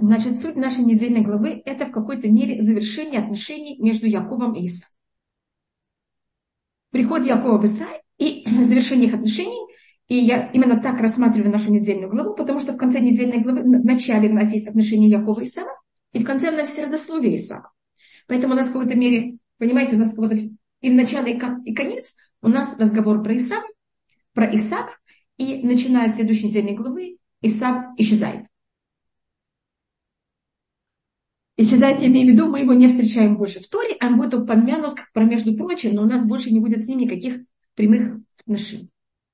Значит, суть нашей недельной главы – это в какой-то мере завершение отношений между Яковом и Исавом. Приход Якова в Исраиль и завершение их отношений. И я именно так рассматриваю нашу недельную главу, потому что в конце недельной главы, в начале у нас есть отношения Якова и Исава, и в конце у нас есть родословие Исава. Поэтому у нас в какой-то мере, понимаете, у нас какой-то и в начале, и конец у нас разговор про Исав, и начиная с следующей недельной главы Исав исчезает. Исчезает, я имею в виду, мы его не встречаем больше в Торе, а он будет упомянут, как про между прочим, но у нас больше не будет с ним никаких прямых отношений.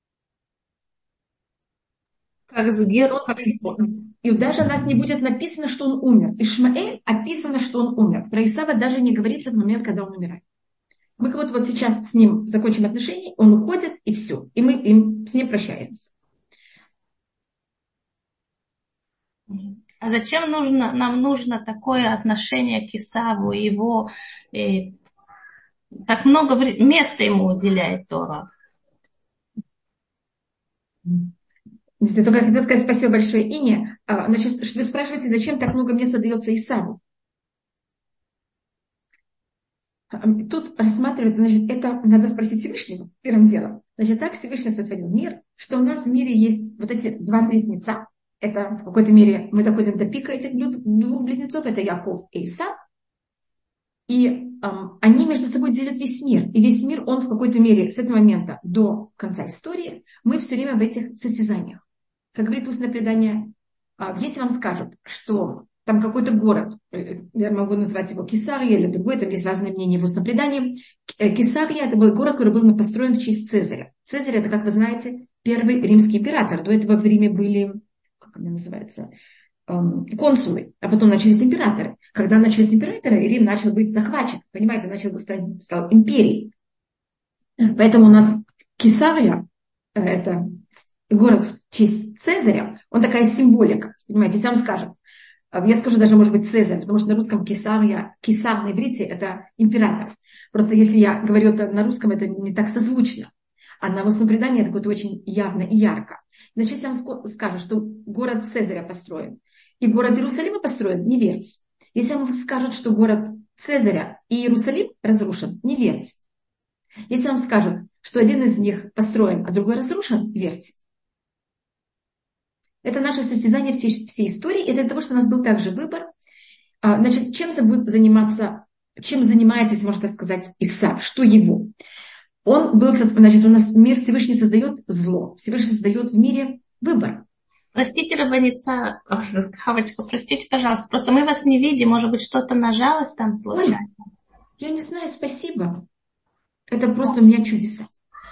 Как с Герой. И даже у нас не будет написано, что он умер. Ишмаэль описано, что он умер. Про Исава даже не говорится в момент, когда он умирает. Мы вот сейчас с ним закончим отношения, он уходит, и все. И мы с ним прощаемся. А зачем нам нужно такое отношение к Исаву, его так много места ему уделяет Тора? Если только хотел сказать спасибо большое Ине. Значит, что вы спрашиваете, зачем так много места дается Исаву? Тут рассматривается, значит, это надо спросить Всевышнего первым делом. Значит, так Всевышний сотворил мир, что у нас в мире есть вот эти два близнеца. Это в какой-то мере мы доходим до пика этих двух близнецов, это Яков и Исав. И они между собой делят весь мир. И весь мир, он в какой-то мере с этого момента до конца истории, мы все время в этих состязаниях. Как говорит устное предание, если вам скажут, что там какой-то город, я могу назвать его Кесария или другой, там есть разные мнения в устном предании. Кесария – это был город, который был построен в честь Цезаря. Цезарь – это, как вы знаете, первый римский император. До этого в Риме были, как это называется, консулы, а потом начались императоры. Когда начались императоры, Рим начал быть захвачен. Понимаете, стал империей. Поэтому у нас Кесария – это город в честь Цезаря, он такая символика. Понимаете, сам скажет. Я скажу даже, может быть, Цезарь, потому что на русском Кесар на иврите – это император. Просто если я говорю это на русском, это не так созвучно. А на устном предании это будет очень явно и ярко. Значит, если я вам скажу, что город Цезаря построен и город Иерусалима построен, не верьте. Если вам скажут, что город Цезаря и Иерусалим разрушен, не верьте. Если вам скажут, что один из них построен, а другой разрушен, верьте. Это наше состязание всей истории, и для того, что у нас был также выбор. Значит, чем занимается, можно так сказать, Исав, что его? Значит, у нас мир Всевышний создает зло, Всевышний создает в мире выбор. Простите, Рабаница, Хавочка, простите, пожалуйста, просто мы вас не видим, может быть, что-то нажалось там случайно? Ой, я не знаю, спасибо. Это просто у меня чудеса.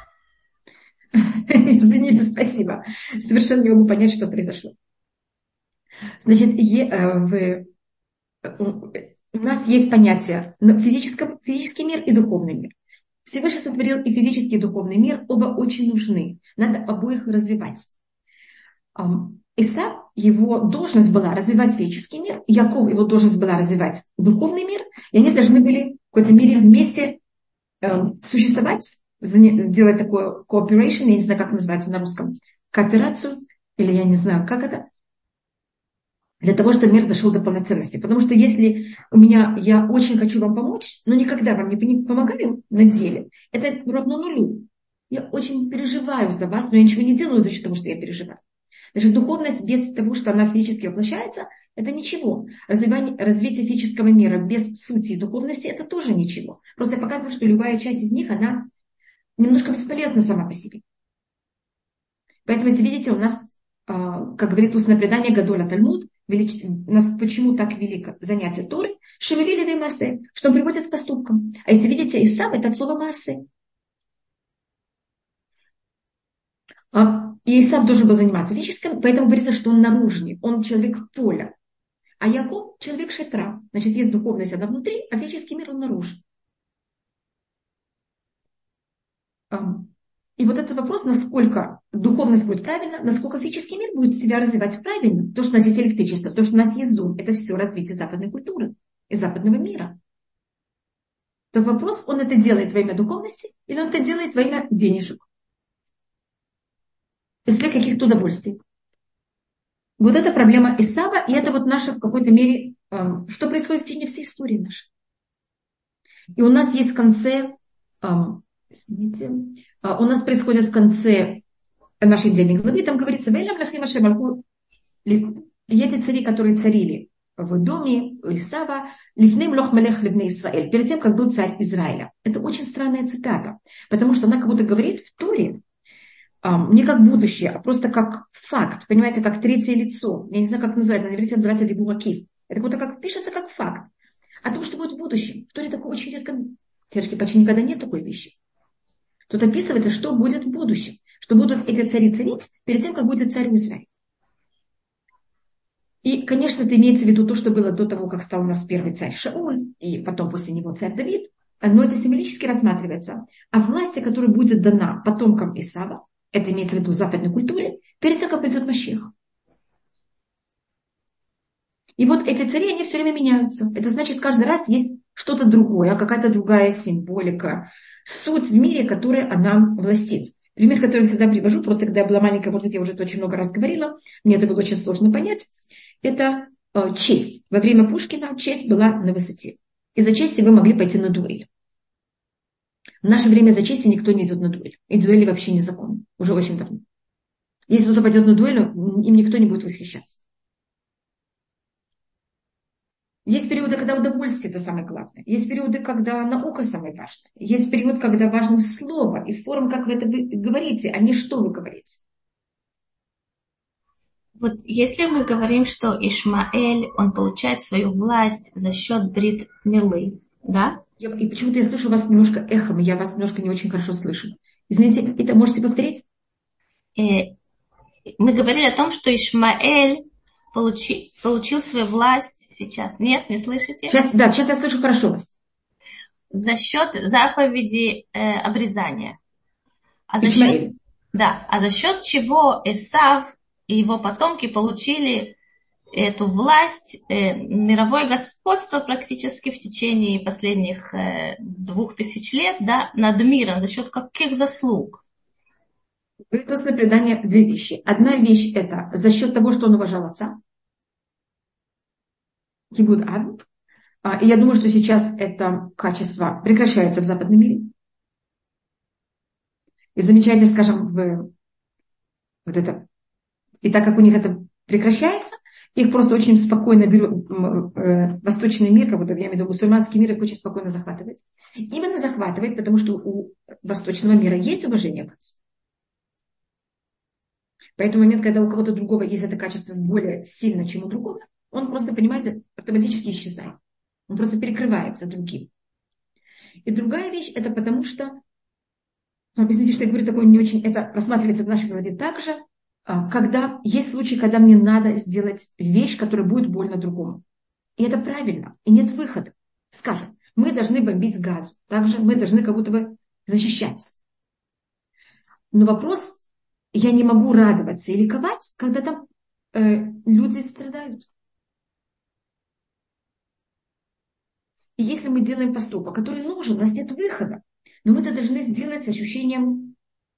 Извините, спасибо. Совершенно не могу понять, что произошло. Значит, у нас есть понятие физический мир и духовный мир. Всевышний сотворил и физический, и духовный мир. Оба очень нужны. Надо обоих развивать. Исав, его должность была развивать физический мир. Яков, его должность была развивать духовный мир. И они должны были в какой-то мере вместе существовать, делать такое cooperation, я не знаю, как называется на русском, кооперацию, или я не знаю, как это, для того, чтобы мир дошел до полноценности. Потому что если я очень хочу вам помочь, но никогда вам не помогаю на деле, это равно нулю. Я очень переживаю за вас, но я ничего не делаю за счет того, что я переживаю. Значит, духовность без того, что она физически воплощается, это ничего. Развитие физического мира без сути духовности, это тоже ничего. Просто я показываю, что любая часть из них, она немножко бесполезна сама по себе. Поэтому, если видите, у нас, как говорит устное предание Гадоля Талмуд, у нас почему так велико занятие Торы, шевелили да массе, что он приводит к поступкам. А если видите, Исав, это от слова массе. И Исав должен был заниматься физическим, поэтому говорится, что он наружный, он человек поля. А Яков человек шатра. Значит, есть духовность, она внутри, а физический мир он наружу. И вот этот вопрос, насколько духовность будет правильно, насколько физический мир будет себя развивать правильно. То, что у нас есть электричество, то, что у нас есть Zoom, это все развитие западной культуры и западного мира. То вопрос, он это делает во имя духовности или он это делает во имя денежек? Из каких-то удовольствий. Вот это проблема Исава, и это вот наша в какой-то мере, что происходит в течение всей истории нашей. И у нас есть в конце, извините, у нас происходит в конце нашей недельной главы, там говорится, и эти цари, которые царили в доме Исава, Лифней Млох Мелех Либней Исраэль, перед тем, как был царь Израиля. Это очень странная цитата, потому что она как будто говорит в Торе, не как будущее, а просто как факт, понимаете, как третье лицо. Я не знаю, как называть, на иврите называется либуракив. Это как будто как пишется как факт о том, что будет в будущем. В Торе такое очень редко, девочки, почти никогда нет такой вещи. Тут описывается, что будет в будущем, что будут эти цари царить перед тем, как будет царь в Израиле. И, конечно, это имеется в виду то, что было до того, как стал у нас первый царь Шауль, и потом после него царь Давид, но это символически рассматривается. А власть, которая будет дана потомкам Исава, это имеется в виду в западной культуре, перед тем, как придет Машиах. И вот эти цари, они все время меняются. Это значит, каждый раз есть что-то другое, какая-то другая символика, суть в мире, которой она властит. Пример, который я всегда привожу, просто когда я была маленькая, может быть, я уже это очень много раз говорила, мне это было очень сложно понять, это честь. Во время Пушкина честь была на высоте. Из-за чести вы могли пойти на дуэль. В наше время за чести никто не идет на дуэль. И дуэли вообще незаконны. Уже очень давно. Если кто-то пойдет на дуэль, им никто не будет восхищаться. Есть периоды, когда удовольствие – это самое главное. Есть периоды, когда наука самое важное. Есть период, когда важно слово и форма, как вы это говорите, а не что вы говорите. Вот если мы говорим, что Ишмаэль, он получает свою власть за счет Брит Милы, да? И почему-то я слышу вас немножко эхом, я вас немножко не очень хорошо слышу. Извините, это можете повторить? Мы говорили о том, что Ишмаэль получил свою власть сейчас. Нет, не слышите? Сейчас я слышу хорошо вас. За счет заповеди обрезания. А за счет чего Эсав и его потомки получили эту власть, мировое господство практически в течение последних 2000 лет, да, над миром, за счет каких заслуг? После предания две вещи. Одна вещь – это за счет того, что он уважал отца. Кибуд Ад. И я думаю, что сейчас это качество прекращается в западном мире. И замечайте, скажем, вот это. И так как у них это прекращается, их просто очень спокойно берут восточный мир, как будто, я имею в виду, мусульманский мир их очень спокойно захватывает. Именно захватывает, потому что у восточного мира есть уважение к отцу. Поэтому в момент, когда у кого-то другого есть это качество более сильно, чем у другого, он просто, понимаете, автоматически исчезает. Он просто перекрывается другим. И другая вещь, это потому что, объясните, что я говорю такое не очень, это рассматривается в нашей голове также, когда есть случаи, когда мне надо сделать вещь, которая будет больно другому. И это правильно, и нет выхода. Скажем, мы должны бомбить газу, также мы должны как будто бы защищаться. Но вопрос, я не могу радоваться и ликовать, когда там люди страдают. И если мы делаем поступок, который нужен, у нас нет выхода, но мы это должны сделать с ощущением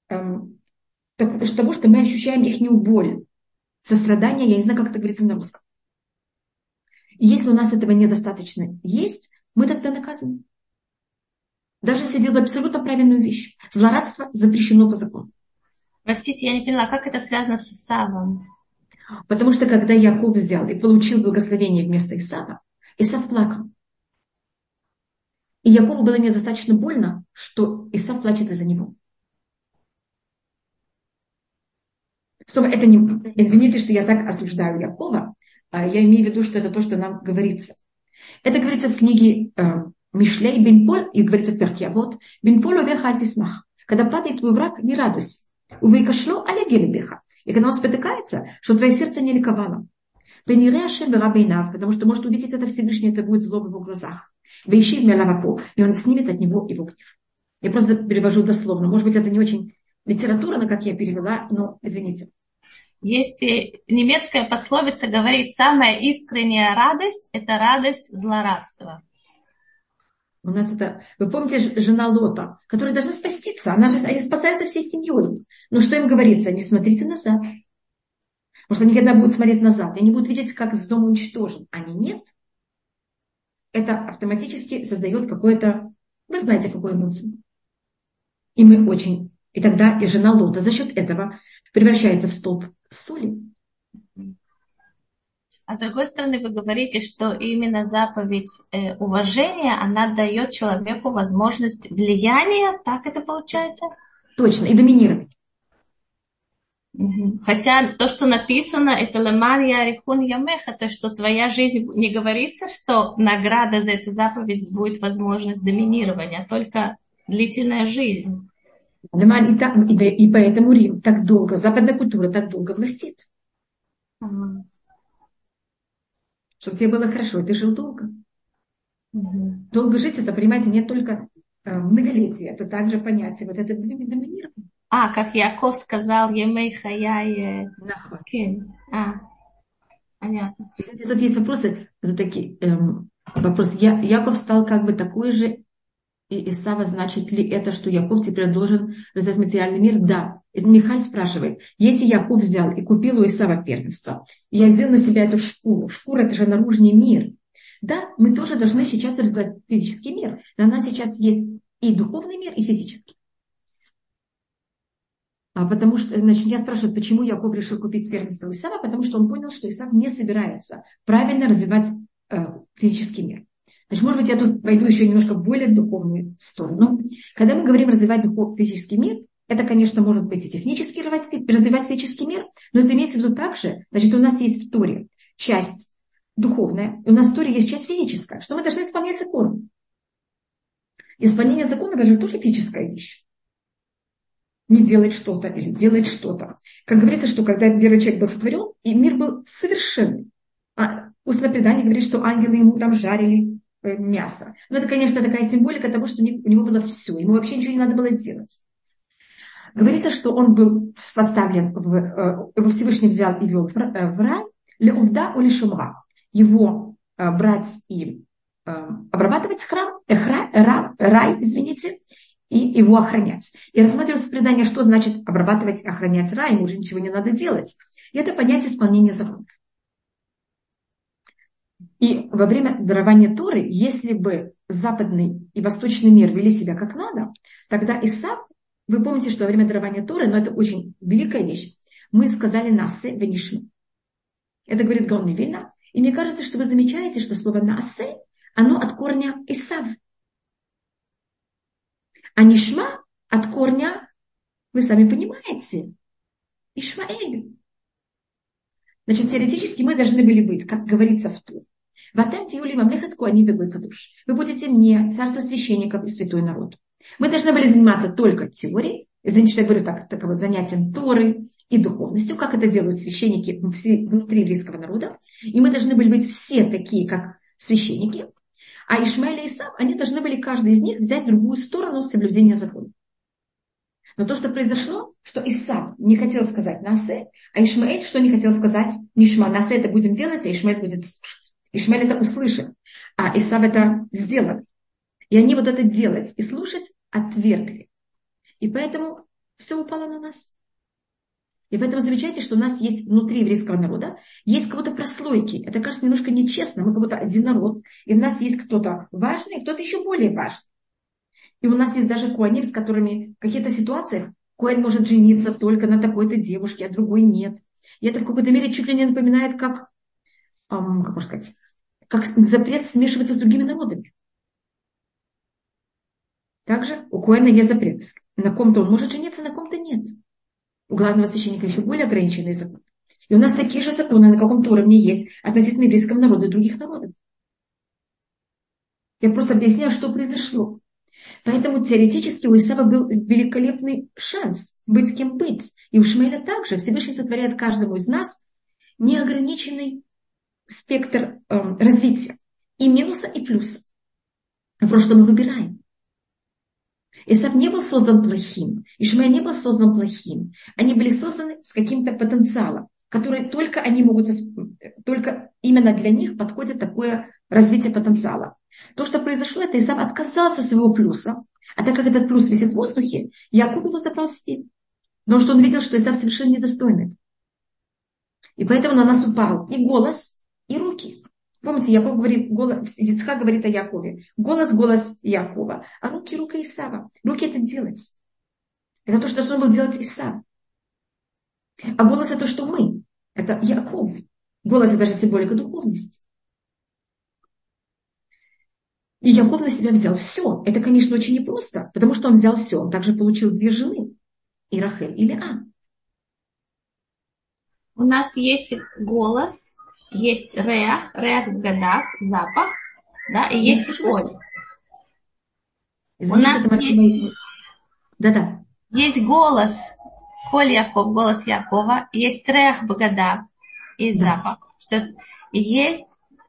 того, что мы ощущаем их боль, сострадание, я не знаю, как это говорится на русском. И если у нас этого недостаточно есть, мы тогда наказаны. Даже если делаем абсолютно правильную вещь. Злорадство запрещено по закону. Простите, я не поняла, как это связано с Исавом? Потому что когда Яков взял и получил благословение вместо Исава, Исав плакал. И Якову было недостаточно больно, что Исав плачет из-за него. Снова, это не... Извините, что я так осуждаю Якова, а я имею в виду, что это то, что нам говорится. Это говорится в книге Мишлей бен Поль, и говорится в Перке Авот, бен Поль овеха аль тисмах. Когда падает твой враг, не радуйся. Увейкашло алеги лебеха. И когда он спотыкается, что твое сердце не ликовало. Потому что может увидеть это Всевышний, это будет зло в его глазах. И он снимет от него его гнев. Я просто перевожу дословно. Может быть, это не очень литературно, как я перевела, но извините. Есть немецкая пословица, говорит, самая искренняя радость – это радость злорадства. У нас это... Вы помните жена Лота, которая должна спаститься? Она же спасается всей семьей. Но что им говорится? Не смотрите назад. Потому что они когда будут смотреть назад, они будут видеть, как дом уничтожен. Они нет. Это автоматически создает какое-то, вы знаете, какую эмоцию. И мы очень... И тогда и жена Лота за счет этого превращается в столб соли. А с другой стороны, вы говорите, что именно заповедь уважения, она дает человеку возможность влияния, так это получается? Точно, и доминировать. Хотя то, что написано, это «Леман ярихун ямеха», то, что твоя жизнь, не говорится, что награда за эту заповедь будет возможность доминирования, а только длительная жизнь. И поэтому Рим так долго, западная культура так долго властит. Чтобы тебе было хорошо, и ты жил долго. Долго жить, это, понимаете, не только многолетие, это также понятие, вот это доминирование. Как Яков сказал, «Емей хаяй». Понятно. Кстати, тут есть вопросы, вопрос. Яков стал как бы такой же, и Исава, значит ли это, что Яков теперь должен развивать материальный мир? Да. Михаль спрашивает, если Яков взял и купил у Исава первенство, и одел на себя эту шкуру, шкура это же наружный мир, да, мы тоже должны сейчас развивать физический мир. Но у нас сейчас есть и духовный мир, и физический. Потому что, значит, я спрашиваю, почему Яков решил купить первенство у Исава, потому что он понял, что Исав не собирается правильно развивать физический мир. Значит, может быть, я тут пойду еще немножко в более духовную сторону. Когда мы говорим развивать физический мир, это, конечно, может быть и технически развивать физический мир, но это имеется в виду также, значит, у нас есть в Торе часть духовная, и у нас в Торе есть часть физическая, что мы должны исполнять закон. Исполнение закона даже тоже физическая вещь. Не делать что-то или делать что-то. Как говорится, что когда первый человек был сотворен, и мир был совершенный. Устное предание говорит, что ангелы ему там жарили мясо. Но это, конечно, такая символика того, что у него было все. Ему вообще ничего не надо было делать. Говорится, что он был поставлен, его Всевышний взял и вел в рай, леувда или шумра. Его брать и обрабатывать рай, извините, и его охранять. И рассматривается предание, что значит обрабатывать и охранять рай, ему уже ничего не надо делать. И это понятие исполнения законов. И во время дарования Торы, если бы западный и восточный мир вели себя как надо, тогда Исав, вы помните, что во время дарования Торы, но это очень великая вещь, мы сказали «насе венишме». Это говорит Гаон Мивильна. И мне кажется, что вы замечаете, что слово «насе», оно от корня Исав. А нишма от корня, вы сами понимаете, Ишмаэль. Значит, теоретически мы должны были быть, как говорится в Торе. Ватем тиули мамлехат коаним вегой кадуш. Вы будете мне, царство священников и святой народ. Мы должны были заниматься только теорией, извините, что я говорю так вот, занятием Торы и духовностью, как это делают священники внутри еврейского народа. И мы должны были быть все такие, как священники. А Ишмаэль и Исав, они должны были, каждый из них, взять другую сторону соблюдения закона. Но то, что произошло, что Исав не хотел сказать «насе», а Ишмаэль, что не хотел сказать «нишма». «Насе» это будем делать, а Ишмаэль будет слушать. Ишмаэль это услышит, а Исав это сделает. И они вот это делать и слушать отвергли. И поэтому все упало на нас. И поэтому замечайте, что у нас есть внутри еврейского народа, есть кого-то прослойки. Это кажется немножко нечестно. Мы как будто один народ. И у нас есть кто-то важный, кто-то еще более важный. И у нас есть даже коаним, с которыми в каких-то ситуациях коэн может жениться только на такой-то девушке, а другой нет. И это в какой-то мере чуть ли не напоминает, как можно сказать, как запрет смешиваться с другими народами. Также у коэна есть запрет. На ком-то он может жениться, на ком-то нет. У главного священника еще более ограниченный закон. И у нас такие же законы на каком-то уровне есть относительно еврейского народа и других народов. Я просто объясняю, что произошло. Поэтому теоретически у Исава был великолепный шанс быть кем быть. И у Шмеля также Всевышний сотворяет каждому из нас неограниченный спектр развития. И минуса, и плюса. Вопрос, что мы выбираем. Исав не был создан плохим. Ишмаэль не был создан плохим. Они были созданы с каким-то потенциалом, который только они могут, только именно для них подходит такое развитие потенциала. То, что произошло, это Исав отказался от своего плюса. А так как этот плюс висит в воздухе, Яков его забрал себе. Потому что он видел, что Исав совершенно недостойный. И поэтому на нас упал и голос, и руки. Помните, Яков говорит, Ицхак говорит о Якове. Голос Якова, а руки рука Исава. Руки это делать. Это то, что должен был делать Исав. А голос это что мы. Это Яков. Голос это же символика духовности. И Яков на себя взял все. Это, конечно, очень непросто, потому что он взял все. Он также получил 2 жены. И Рахель, и Леа. У нас есть голос, есть реах бгадав, запах, да, и есть коль. У нас есть... Да-да. Есть голос, коль Яков, голос Якова, есть реах бгадав и запах. И есть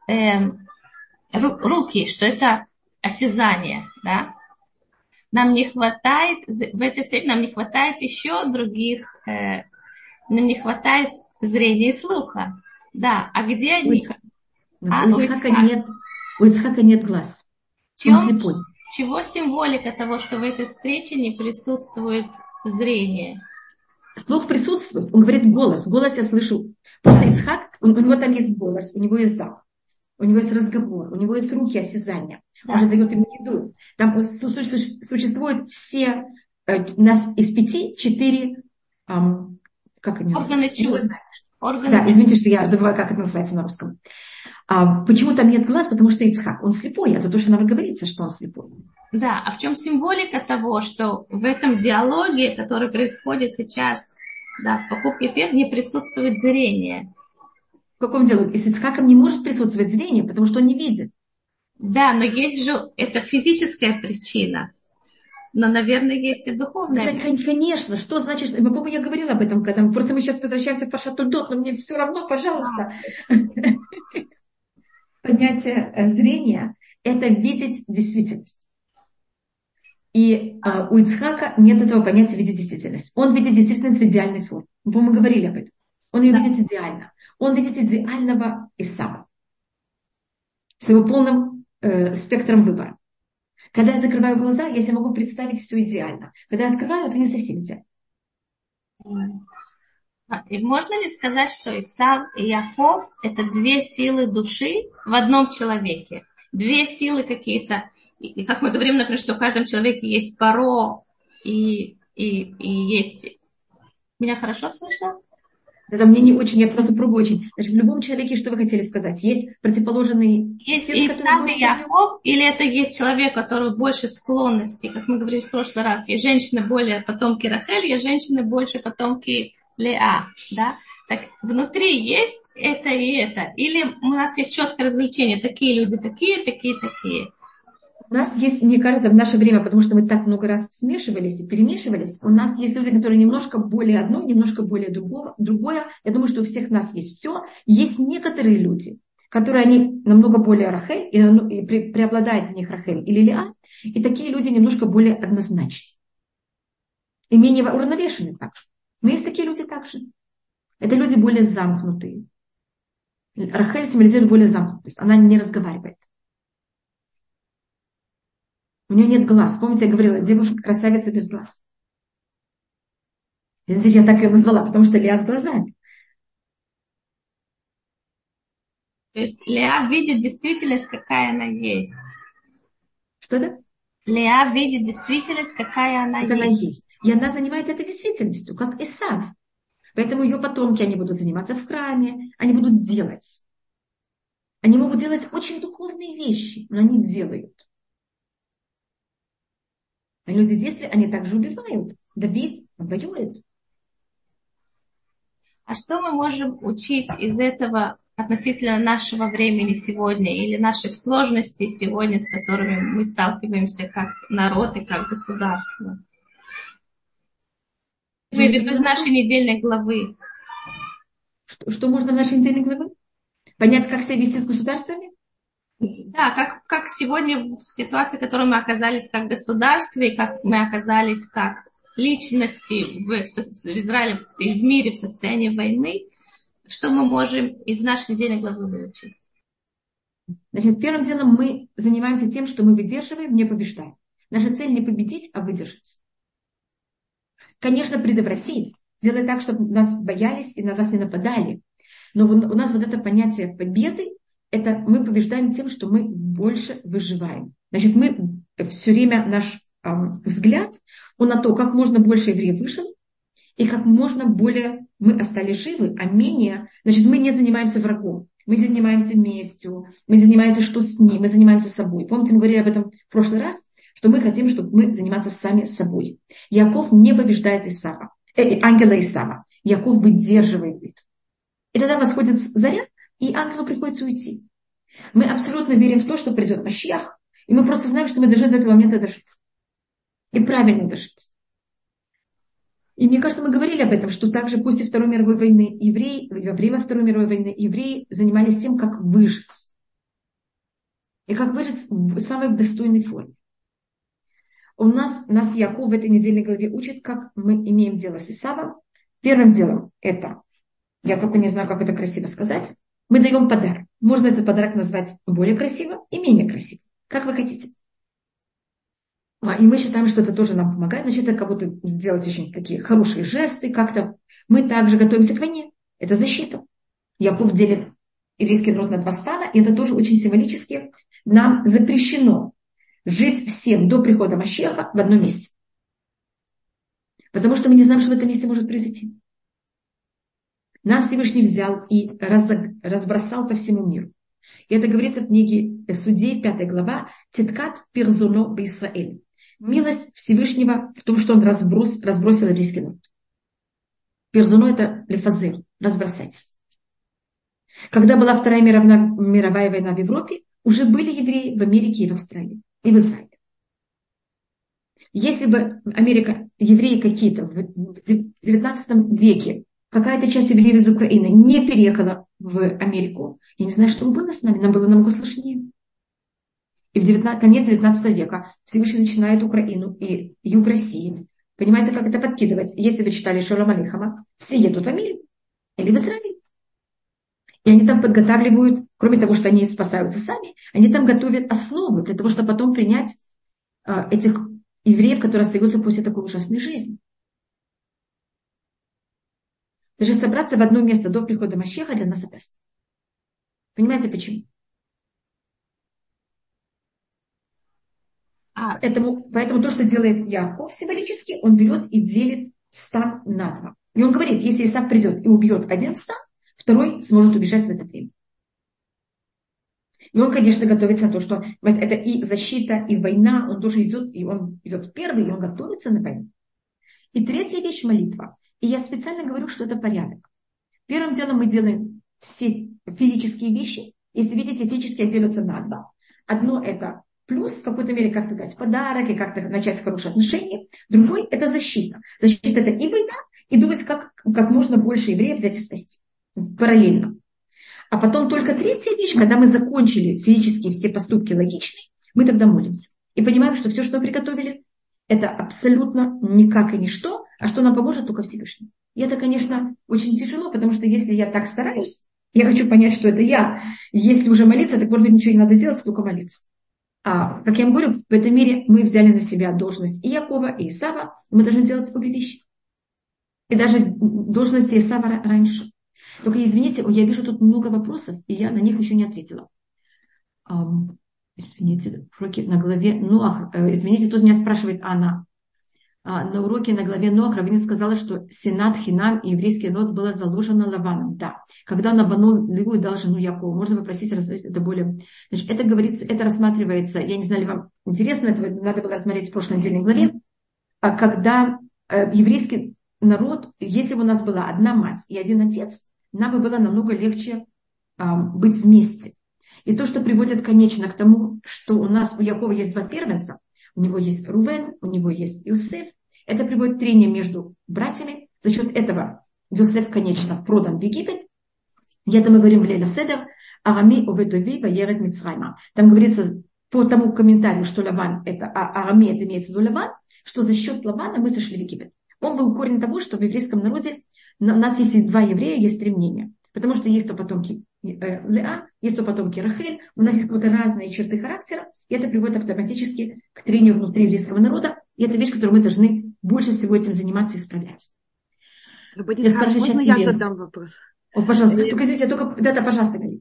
руки, что это осязание, да. Нам не хватает, в этой степени нам не хватает еще других, нам не хватает зрения и слуха. Да, а где они? У Ицхака нет глаз. Он слепой. Чего символика того, что в этой встрече не присутствует зрение? Слух присутствует. Он говорит голос. Голос я слышу. Просто Ицхак, у него там есть голос, у него есть запах. У него есть разговор, у него есть руки, осязания. Да. Он же дает ему еду. Там существуют все, нас из 5, 4, как они органы чувств. Да, извините, что я забываю, как это называется на русском. Почему там нет глаз? Потому что Ицхак, он слепой. Это то, что нам говорится, что он слепой. Да, а в чем символика того, что в этом диалоге, который происходит сейчас, да, в покупке пер, не присутствует зрение? В каком диалоге? И с Ицхаком не может присутствовать зрение, потому что он не видит. Да, но есть же, это физическая причина. Но, наверное, есть и духовная. Да, конечно. Что значит? По-моему, я говорила об этом, когда просто мы сейчас возвращаемся в Паршат Тольдот, но мне все равно, пожалуйста. Понятие зрения – это видеть действительность. И у Ицхака нет этого понятия видеть действительность. Он видит действительность в идеальной форме. Мы говорили об этом. Он ее видит идеально. Он видит идеального Исава с его полным спектром выбора. Когда я закрываю глаза, я себе могу представить все идеально. Когда я открываю, это не совсем идеально. И можно ли сказать, что Исав и Яков – это 2 силы души в одном человеке? 2 силы какие-то. И как мы говорим, например, что в каждом человеке есть паро и есть... Меня хорошо слышно? Это мне не очень, я просто пробую очень. Значит, в любом человеке, что вы хотели сказать? Есть противоположные... Есть Исав и Яков, или это есть человек, который больше склонностей, как мы говорили в прошлый раз, есть женщины более потомки Рахель, есть женщины больше потомки Леа, да? Так внутри есть это и это, или у нас есть четкое различение, такие люди такие, такие, такие. У нас есть, мне кажется, в наше время, потому что мы так много раз смешивались и перемешивались, у нас есть люди, которые немножко более одно, немножко более другое. Я думаю, что у всех нас есть все. Есть некоторые люди, которые они намного более Рахель, и преобладает в них Рахель или Леа, и такие люди немножко более однозначны. И менее уравновешенные также. Но есть такие люди также. Это люди более замкнутые. Рахель символизирует более замкнутость. Она не разговаривает. У нее нет глаз. Помните, я говорила, девушка красавица без глаз. Я так ее назвала, потому что Леа с глазами. То есть Леа видит действительность, какая она есть. Что это? Леа видит действительность, какая она есть. И она занимается этой действительностью, как Исав. Поэтому ее потомки, они будут заниматься в храме, они будут делать. Они могут делать очень духовные вещи, но они делают. А люди действия, они также убивают. Давид воюет. А что мы можем учить из этого относительно нашего времени сегодня или наших сложностей сегодня, с которыми мы сталкиваемся как народ и как государство? Я имею в виду из нашей недельной главы. Что можно в нашей недельной главе? Понять, как себя вести с государствами? Да, как сегодня в ситуации, в которой мы оказались как государство, и как мы оказались как личности в Израиле и в мире в состоянии войны, что мы можем из нашей недельной главы выучить? Значит, первым делом мы занимаемся тем, что мы выдерживаем, не побеждаем. Наша цель не победить, а выдержать. Конечно, предотвратить, сделать так, чтобы нас боялись и на нас не нападали. Но у нас вот это понятие победы, это мы побеждаем тем, что мы больше выживаем. Значит, мы все время, наш взгляд, он на то, как можно больше евреев выжил, и как можно более мы остались живы, а менее, значит, мы не занимаемся врагом, мы занимаемся местью, мы занимаемся что с ним, мы занимаемся собой. Помните, мы говорили об этом в прошлый раз, что мы хотим, чтобы мы заниматься сами собой. Яков не побеждает ангела Исава. Яков выдерживает битву. И тогда восходит заря, и ангелу приходится уйти. Мы абсолютно верим в то, что придет Машиах, и мы просто знаем, что мы должны до этого момента дожить. И правильно дожить. И мне кажется, мы говорили об этом, что также после Второй мировой войны во время Второй мировой войны евреи занимались тем, как выжить. И как выжить в самой достойной форме. Нас Яков в этой недельной главе учит, как мы имеем дело с Исавом. Первым делом это, я только не знаю, как это красиво сказать, мы даем подарок. Можно этот подарок назвать более красиво и менее красиво. Как вы хотите. И мы считаем, что это тоже нам помогает. Значит, это как будто сделать очень такие хорошие жесты. Как-то мы также готовимся к войне. Это защита. Яков делит еврейский народ на два стана. И это тоже очень символически. Нам запрещено жить всем до прихода Машиаха в одном месте. Потому что мы не знаем, что в этом месте может произойти. Нас Всевышний взял и разбросал по всему миру. И это говорится в книге Судей, 5 глава, «Титкат пирзуно б'Исраэль». Милость Всевышнего в том, что он разбросил еврейский народ. Пирзуно – это лефазер, разбросать. Когда была Вторая мировая война в Европе, уже были евреи в Америке и в Австралии, и в Израиле. Если бы евреи какие-то в 19 веке, какая-то часть евреев из Украины не переехала в Америку, я не знаю, что было с нами, нам было намного сложнее. И в конец 19 века Всевышний начинает Украину и юг России. Понимаете, как это подкидывать? Если вы читали Шолом Алейхама, все едут в Америку или в Израиль. И они там подготавливают, кроме того, что они спасаются сами, они там готовят основы для того, чтобы потом принять этих евреев, которые остаются после такой ужасной жизни. Даже собраться в одно место до прихода Машиаха для нас опасно. Понимаете, почему? Поэтому то, что делает Яков символически, он берет и делит стан на два. И он говорит, если Исав придет и убьет один стан, второй сможет убежать в это время. И он, конечно, готовится на то, что это и защита, и война, он тоже идет, и он идет первый, и он готовится на войну. И третья вещь – молитва. И я специально говорю, что это порядок. Первым делом мы делаем все физические вещи. Если видите, физические делятся на два. Одно – это плюс, в какой-то мере как-то дать подарок и как-то начать хорошие отношения. Другой – это защита. Защита – это и война, и думать, как можно больше евреев взять и спасти. Параллельно. А потом только третья вещь, когда мы закончили физические все поступки логичные, мы тогда молимся. И понимаем, что все, что мы приготовили, это абсолютно никак и ничто, а что нам поможет только Всевышний. И это, конечно, очень тяжело, потому что если я так стараюсь, я хочу понять, что это я. Если уже молиться, так, может быть, ничего не надо делать, только молиться. А, как я вам говорю, в этом мире мы взяли на себя должность и Якова, и Исава, и мы должны делать обе вещи. И даже должности Исава раньше. Только, извините, я вижу тут много вопросов, и я на них еще не ответила. Извините, уроки на главе Ноах. Извините, тут меня спрашивает Анна. На уроке на главе Ноах Раввин сказала, что Сенат Хинам и еврейский народ было заложено Лаваном. Да. Когда он обманул Леу и дал жену Якову, можно попросить рассмотреть это более... Значит, это говорится, это рассматривается, я не знаю, ли вам интересно, это надо было рассмотреть в прошлой недельной главе, когда еврейский народ, если бы у нас была одна мать и один отец, нам бы было намного легче быть вместе. И то, что приводит, конечно, к тому, что у нас у Якова есть два первенца, у него есть Рувен, у него есть Иосиф, это приводит к трению между братьями. За счет этого Иосиф, конечно, продан в Египет. И это мы говорим в Лейла Седер, Арами оведови ваерет Мицрайма. Там говорится по тому комментарию, что Лаван, это Арами, это имеется в виду Лаван, что за счет Лавана мы сошли в Египет. Он был корень того, что в еврейском народе у нас есть два еврея, есть три мнения. Потому что есть то потомки Леа, есть то потомки Рахель, у нас есть какие-то разные черты характера, и это приводит автоматически к трению внутри еврейского народа, и это вещь, которую мы должны больше всего этим заниматься и исправлять. Можно я задам вопрос? О, пожалуйста, только извините, только да, пожалуйста, говорите.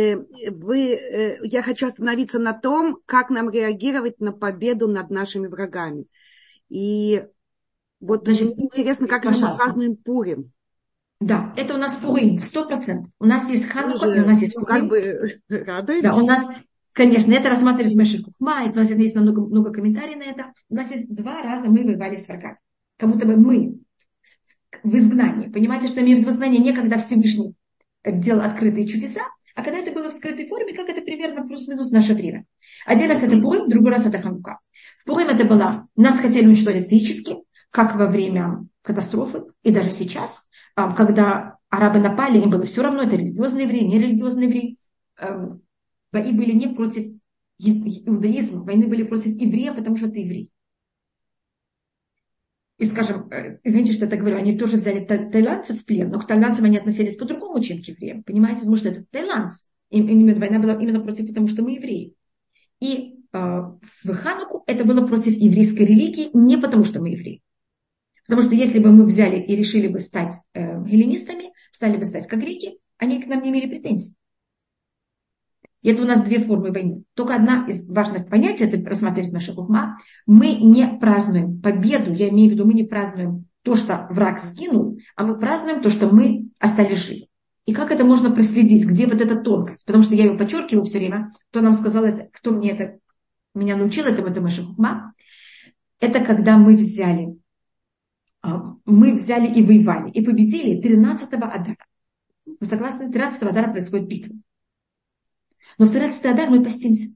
Я хочу остановиться на том, как нам реагировать на победу над нашими врагами. И вот мне интересно, как же мы празднуем Пурим. Да, это у нас Пурим, 100%. У нас есть Ханука, и у нас есть Пурим. Как бы радуемся. Да, у нас, конечно, это рассматривает Мешек Хухма, и у нас есть много комментариев на это. У нас есть 2 раза мы воевали с врагами. Как будто бы мы в изгнании. Понимаете, что я имею в виду в изгнании не когда Всевышний делал открытые чудеса, а когда это было в скрытой форме, как это примерно плюс-минус в наше время. Один раз это Пурим, другой раз это Ханука. В Пурим это было, нас хотели уничтожить физически, как во время катастрофы, и даже сейчас, когда арабы напали, им было все равно, это религиозные евреи, нерелигиозные евреи. Бои были не против иудаизма, войны были против еврея, потому что ты еврей. И, скажем, извините, что я так говорю, они тоже взяли таиландцев в плен, но к таиландцам они относились по-другому, чем к евреям. Понимаете, потому что это таиландцы. Война была именно против, потому что мы евреи. И в Хануку это было против еврейской религии, не потому что мы евреи. Потому что если бы мы взяли и решили бы стать гелленистами, стали бы стать как греки, они к нам не имели претензий. И это у нас 2 формы войны. Только одна из важных понятий, это рассматривать Мешек Хухма, мы не празднуем победу, я имею в виду, мы не празднуем то, что враг сгинул, а мы празднуем то, что мы остались живы. И как это можно проследить, где вот эта тонкость? Потому что я ее подчеркиваю все время, кто нам сказал это, кто меня научил этому, это Мешек Хухма. Это когда мы взяли и воевали, и победили 13-го Адара. Вы согласны? 13-го Адара происходит битва. Но в 13-й Адар мы постимся.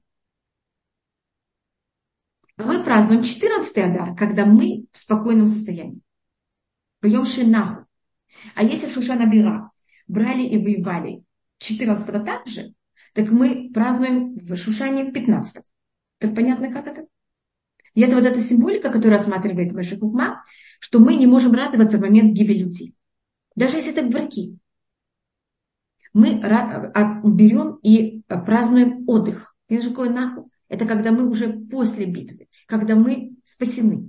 А мы празднуем 14-й Адар, когда мы в спокойном состоянии. Поем Шинаху. А если в Шушана Бира брали и воевали 14-го также, так мы празднуем в Шушане 15-го. Так понятно, как это? И это вот эта символика, которую рассматривает Мешек Хухма, что мы не можем радоваться в момент гибели людей. Даже если это враги. Мы берем и празднуем отдых. Это же какое нахуй? Это когда мы уже после битвы, когда мы спасены,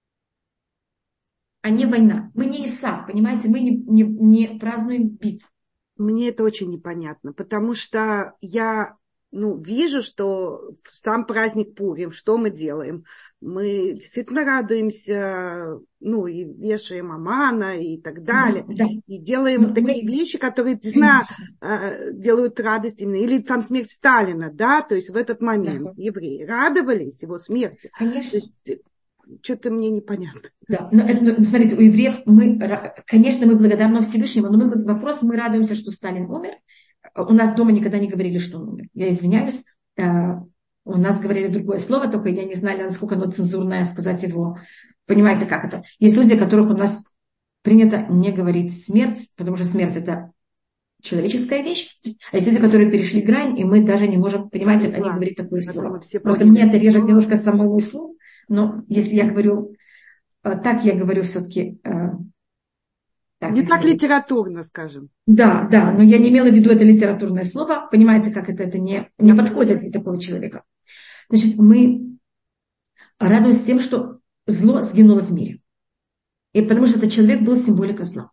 а не война. Мы не Исав, понимаете, мы не празднуем битву. Мне это очень непонятно, потому что я вижу, что в сам праздник Пурим, что мы делаем? Мы действительно радуемся, и вешаем Амана и так далее. Да. И делаем такие вещи, которые, не знаю, делают радость именно. Или там смерть Сталина, да, то есть в этот момент евреи радовались его смерти. Конечно. То есть, что-то мне непонятно. Да, но смотрите, у евреев конечно, мы благодарны Всевышнему, но мы радуемся, что Сталин умер. У нас дома никогда не говорили, что он умер. Я извиняюсь. У нас говорили другое слово, только я не знала, насколько оно цензурное, сказать его. Понимаете, как это? Есть люди, которых у нас принято не говорить смерть, потому что смерть – это человеческая вещь. А есть люди, которые перешли грань, и мы даже не можем, понимаете, они говорят такое слово. Просто мне это режет немножко самому слух, но если я говорю, так я говорю все-таки... Не так литературно, скажем. Да, но я не имела в виду это литературное слово. Понимаете, как это не подходит для такого человека. Значит, мы радуемся тем, что зло сгинуло в мире. И потому что этот человек был символикой зла.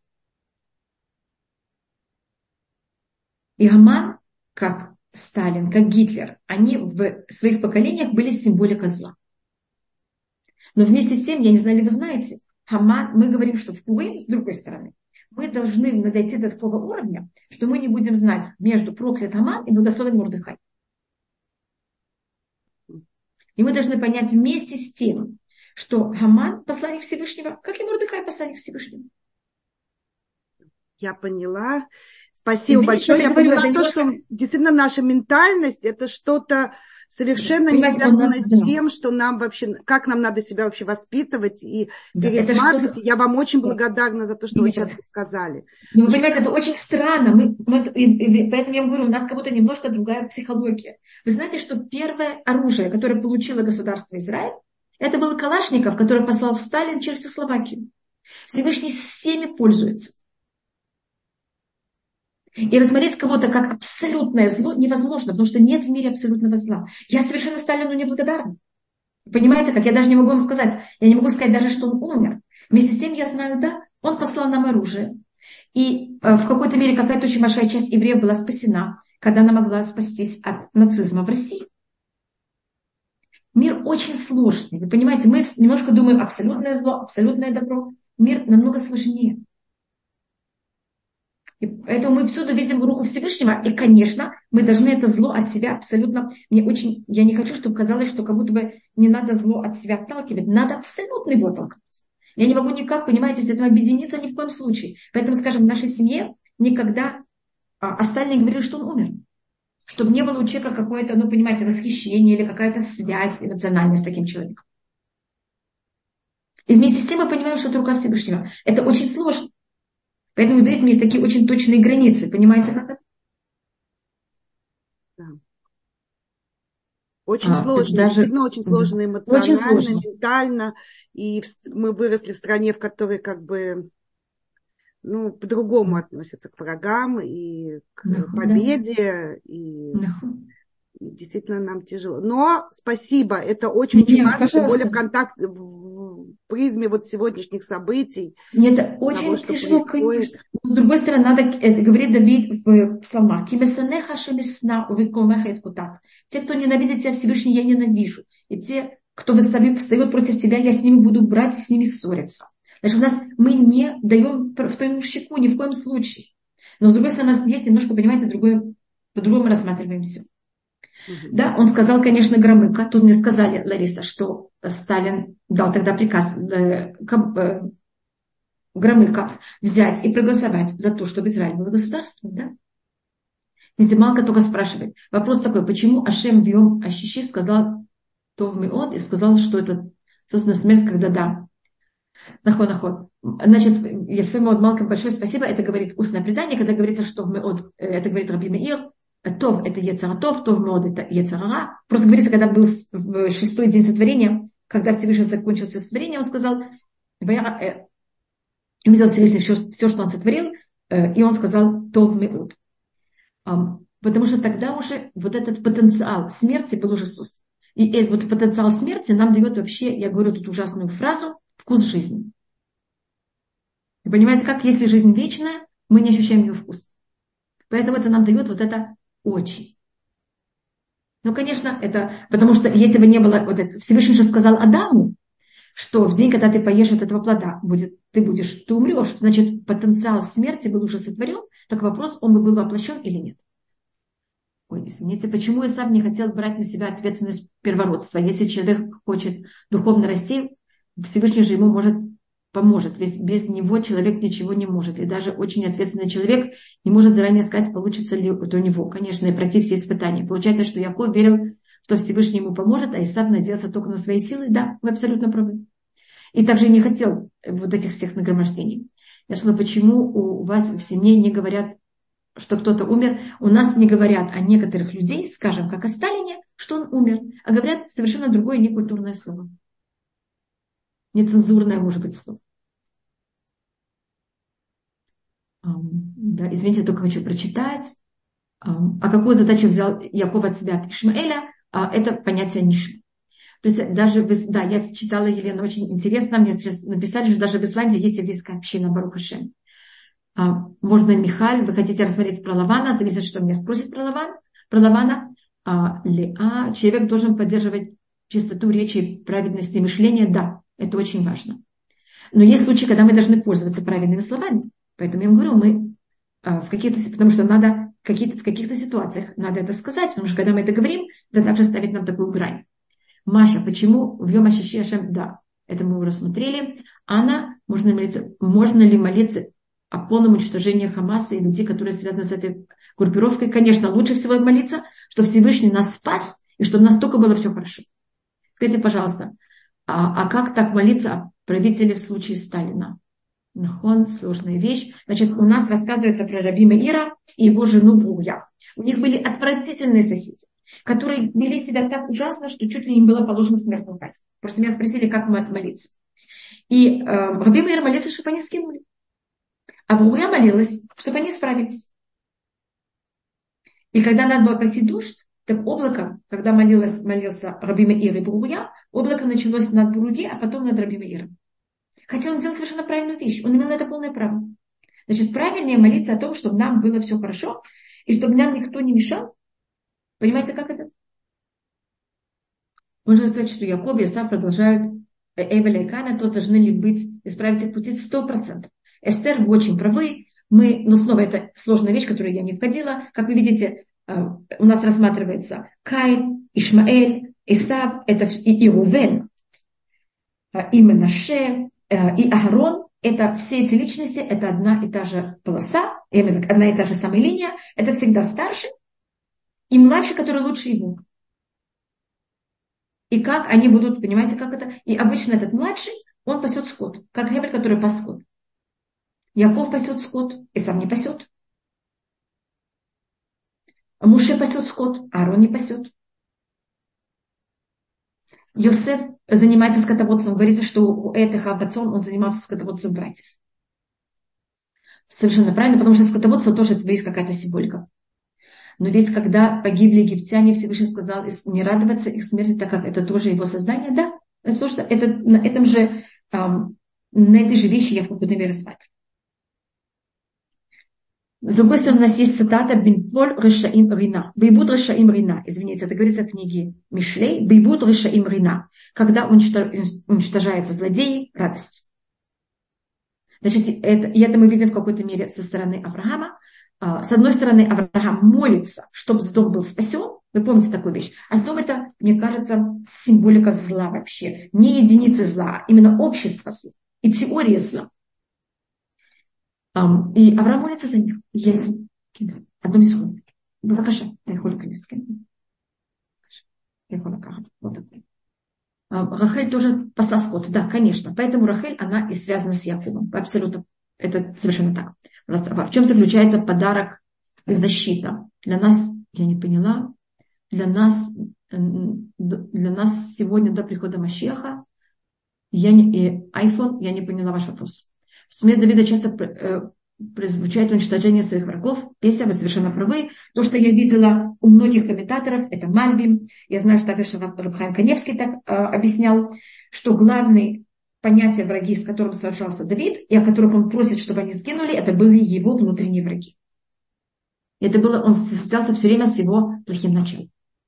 И Аман, как Сталин, как Гитлер, они в своих поколениях были символикой зла. Но вместе с тем, я не знаю, ли вы знаете, Аман, мы говорим, что в Пурим, с другой стороны, мы должны дойти до такого уровня, что мы не будем знать между проклят Аман и благословен Мордехай. И мы должны понять вместе с тем, что Аман посланник Всевышнего, как и Мордехай посланник Всевышнего. Я поняла. Спасибо большое. Я поняла то, что действительно наша ментальность это что-то совершенно не связано с тем, что нам вообще, как нам надо себя вообще воспитывать и пересматривать. Я вам очень благодарна за то, что вы сейчас сказали. Ну, вы понимаете, это очень странно. Поэтому я вам говорю, у нас как будто немножко другая психология. Вы знаете, что первое оружие, которое получило государство Израиль, это был Калашников, который послал Сталин через Чехословакию. Всевышний всеми пользуется. И рассмотреть кого-то как абсолютное зло невозможно, потому что нет в мире абсолютного зла. Я совершенно Сталину неблагодарна. Понимаете, как я даже не могу вам сказать, я не могу сказать даже, что он умер. Вместе с тем я знаю, да, он послал нам оружие, И в какой-то мере какая-то очень большая часть евреев была спасена, когда она могла спастись от нацизма в России. Мир очень сложный. Вы понимаете, мы немножко думаем абсолютное зло, абсолютное добро. Мир намного сложнее. И поэтому мы всюду видим руку Всевышнего. И, конечно, мы должны это зло от себя абсолютно... Я не хочу, чтобы казалось, что как будто бы не надо зло от себя отталкивать. Надо абсолютно его отталкивать. Я не могу никак, понимаете, с этим объединиться ни в коем случае. Поэтому, скажем, в нашей семье никогда Сталин не говорил, что он умер. Чтобы не было у человека какое-то, понимаете, восхищение или какая-то связь эмоциональная с таким человеком. И вместе с тем мы понимаем, что это рука Всевышнего. Это очень сложно. Поэтому в иудаизме есть такие очень точные границы. Понимаете, как это? Да. Очень сложно, действительно очень сложно эмоционально, очень сложно. Ментально. И мы выросли в стране, в которой как бы по-другому относятся к врагам и к победе. И действительно нам тяжело. Но спасибо, это очень важно, тем более в призме сегодняшних событий. Нет, это очень тяжело, конечно. Но с другой стороны, надо, это говорит Давид в псалмах. Те, кто ненавидит тебя, Всевышний, я ненавижу. И те, кто встает против тебя, я с ними буду брать и с ними ссориться. Значит, мы не даем в твою щеку ни в коем случае. Но с другой стороны, у нас есть немножко, понимаете, по-другому рассматриваем все. Да, он сказал, конечно, Громыко. Тут мне сказали, Лариса, что Сталин дал тогда приказ Громыко взять и проголосовать за то, чтобы Израиль было государством. Да? Видите, Малка только спрашивает. Вопрос такой, почему Ашем в Йом Ашиши сказал Тов Меод и сказал, что это, собственно, смерть, когда да. Наход. Значит, Ефемеод Малка, большое спасибо. Это говорит устное предание, когда говорится, что в Меод, это говорит Раби Меир. Тов – это Ецаратов, Тов Меод – это Ецарара. Просто говорится, когда был в шестой день сотворения, когда Всевышний закончил все сотворение, он сказал, увидел Всевышний все, что он сотворил, и он сказал Тов Меод. Потому что тогда уже вот этот потенциал смерти был уже создан. И этот потенциал смерти нам дает вообще, я говорю тут ужасную фразу, вкус жизни. Вы понимаете, как если жизнь вечная, мы не ощущаем ее вкус. Поэтому это нам дает вот это очень. Ну, конечно, это потому что если бы не было Всевышний же сказал Адаму, что в день, когда ты поешь от этого плода, ты умрешь. Значит, потенциал смерти был уже сотворен. Так вопрос, он бы был воплощен или нет. Ой, извините, почему Исав не хотел брать на себя ответственность первородства? Если человек хочет духовно расти, Всевышний же ему поможет. Ведь без него человек ничего не может. И даже очень ответственный человек не может заранее сказать, получится ли это у него. Конечно, и пройти все испытания. Получается, что Яков верил, что Всевышний ему поможет, а Исав надеялся только на свои силы. Да, вы абсолютно правы. И также не хотел вот этих всех нагромождений. Я сказала, почему у вас в семье не говорят, что кто-то умер. У нас не говорят о некоторых людей, скажем, как о Сталине, что он умер, а говорят совершенно другое некультурное слово. Нецензурное, может быть, слово. Да, извините, только хочу прочитать. А какую задачу взял Яков от себя, от Ишмаэля? Это понятие нишма. Даже, да, я читала, Елена, очень интересно. Мне сейчас написали, что даже в Исландии есть еврейская община, Барух Ашем. Можно, Михаль, вы хотите рассмотреть про Лавана, зависит, что меня спросит про Лавана. Человек должен поддерживать чистоту речи и праведности мышления, да, это очень важно. Но есть случаи, когда мы должны пользоваться правильными словами. Поэтому я вам говорю, потому что надо в каких-то ситуациях надо это сказать, потому что когда мы это говорим, это также ставит нам такую грань. Маша, почему в Йом Ашиши Ашем? Да, это мы уже рассмотрели. Анна, можно ли молиться о полном уничтожении Хамаса и людей, которые связаны с этой группировкой? Конечно, лучше всего молиться, чтобы Всевышний нас спас и чтобы настолько было все хорошо. Скажите, пожалуйста, а как так молиться о правителе в случае Сталина? Нахон, сложная вещь. Значит, у нас рассказывается про Раби Меира и его жену Брурья. У них были отвратительные соседи, которые вели себя так ужасно, что чуть ли не было положено смертную казнь. Просто меня спросили, как молиться. И Раби Меир молился, чтобы они скинули. А Брурья молилась, чтобы они справились. И когда надо было просить дождь, так облако, когда молился Раби Меир и Брурья, облако началось над Брурьей, а потом над Раби Меиром. Хотя он делал совершенно правильную вещь. Он имел на это полное право. Значит, правильнее молиться о том, чтобы нам было все хорошо, и чтобы нам никто не мешал. Понимаете, как это? Можно сказать, что Яков и Исав продолжают Эвеля и Кана, то должны ли быть, исправить их пути 100%. Эстер, вы очень правы. Но снова это сложная вещь, в которую я не входила. Как вы видите, у нас рассматривается Каин, Ишмаэль, Исав, это и Рувен, и Менаше, и Аарон. Это все эти личности, это одна и та же полоса, одна и та же самая линия. Это всегда старший и младший, который лучше его. И как они будут, понимаете, как это? И обычно этот младший, он пасет скот, как Гевель, который пас скот. Яков пасет скот, Исав не пасет. Муше пасет скот, Аарон не пасет. Йосеф занимается скотоводством. Говорится, что у этих Абацон он занимался скотоводством братьев. Совершенно правильно, потому что скотоводство тоже есть какая-то символика. Но ведь когда погибли египтяне, Всевышний сказал не радоваться их смерти, так как это тоже его создание. Да, это то, что это, на этой же вещи я в какой-то мере рассматриваю. С другой стороны, у нас есть цитата «Бинполь решаим рина». «Бейбуд решаим рина». Извините, это говорится в книге Мишлей. «Бейбуд решаим рина». Когда уничтожаются злодеи, радость. Значит, это мы видим в какой-то мере со стороны Авраама. С одной стороны, Авраам молится, чтобы Сдом был спасен. Вы помните такую вещь? А Сдом это, мне кажется, символика зла вообще. Не единицы зла, а именно общество зла и теория зла. И Авраам молится за них. Одну секунду. Бывакаша, ты холика не скинь. Рахель тоже пасла скот. Да, конечно. Поэтому Рахель, она и связана с Яковом. Абсолютно. Это совершенно так. В чем заключается подарок и защита? Для нас, я не поняла, для нас сегодня до прихода Машеха и iPhone, я не поняла ваш вопрос. В суме Давида часто звучит уничтожение своих врагов. Песня, вы совершенно правы. То, что я видела у многих комментаторов, это Мальбим. Я знаю, что также Рав Хаим Каневский так объяснял, что главное понятие враги, с которым сражался Давид, и о которых он просит, чтобы они сгинули, это были его внутренние враги. Это было, он связался все время с его плохим началом.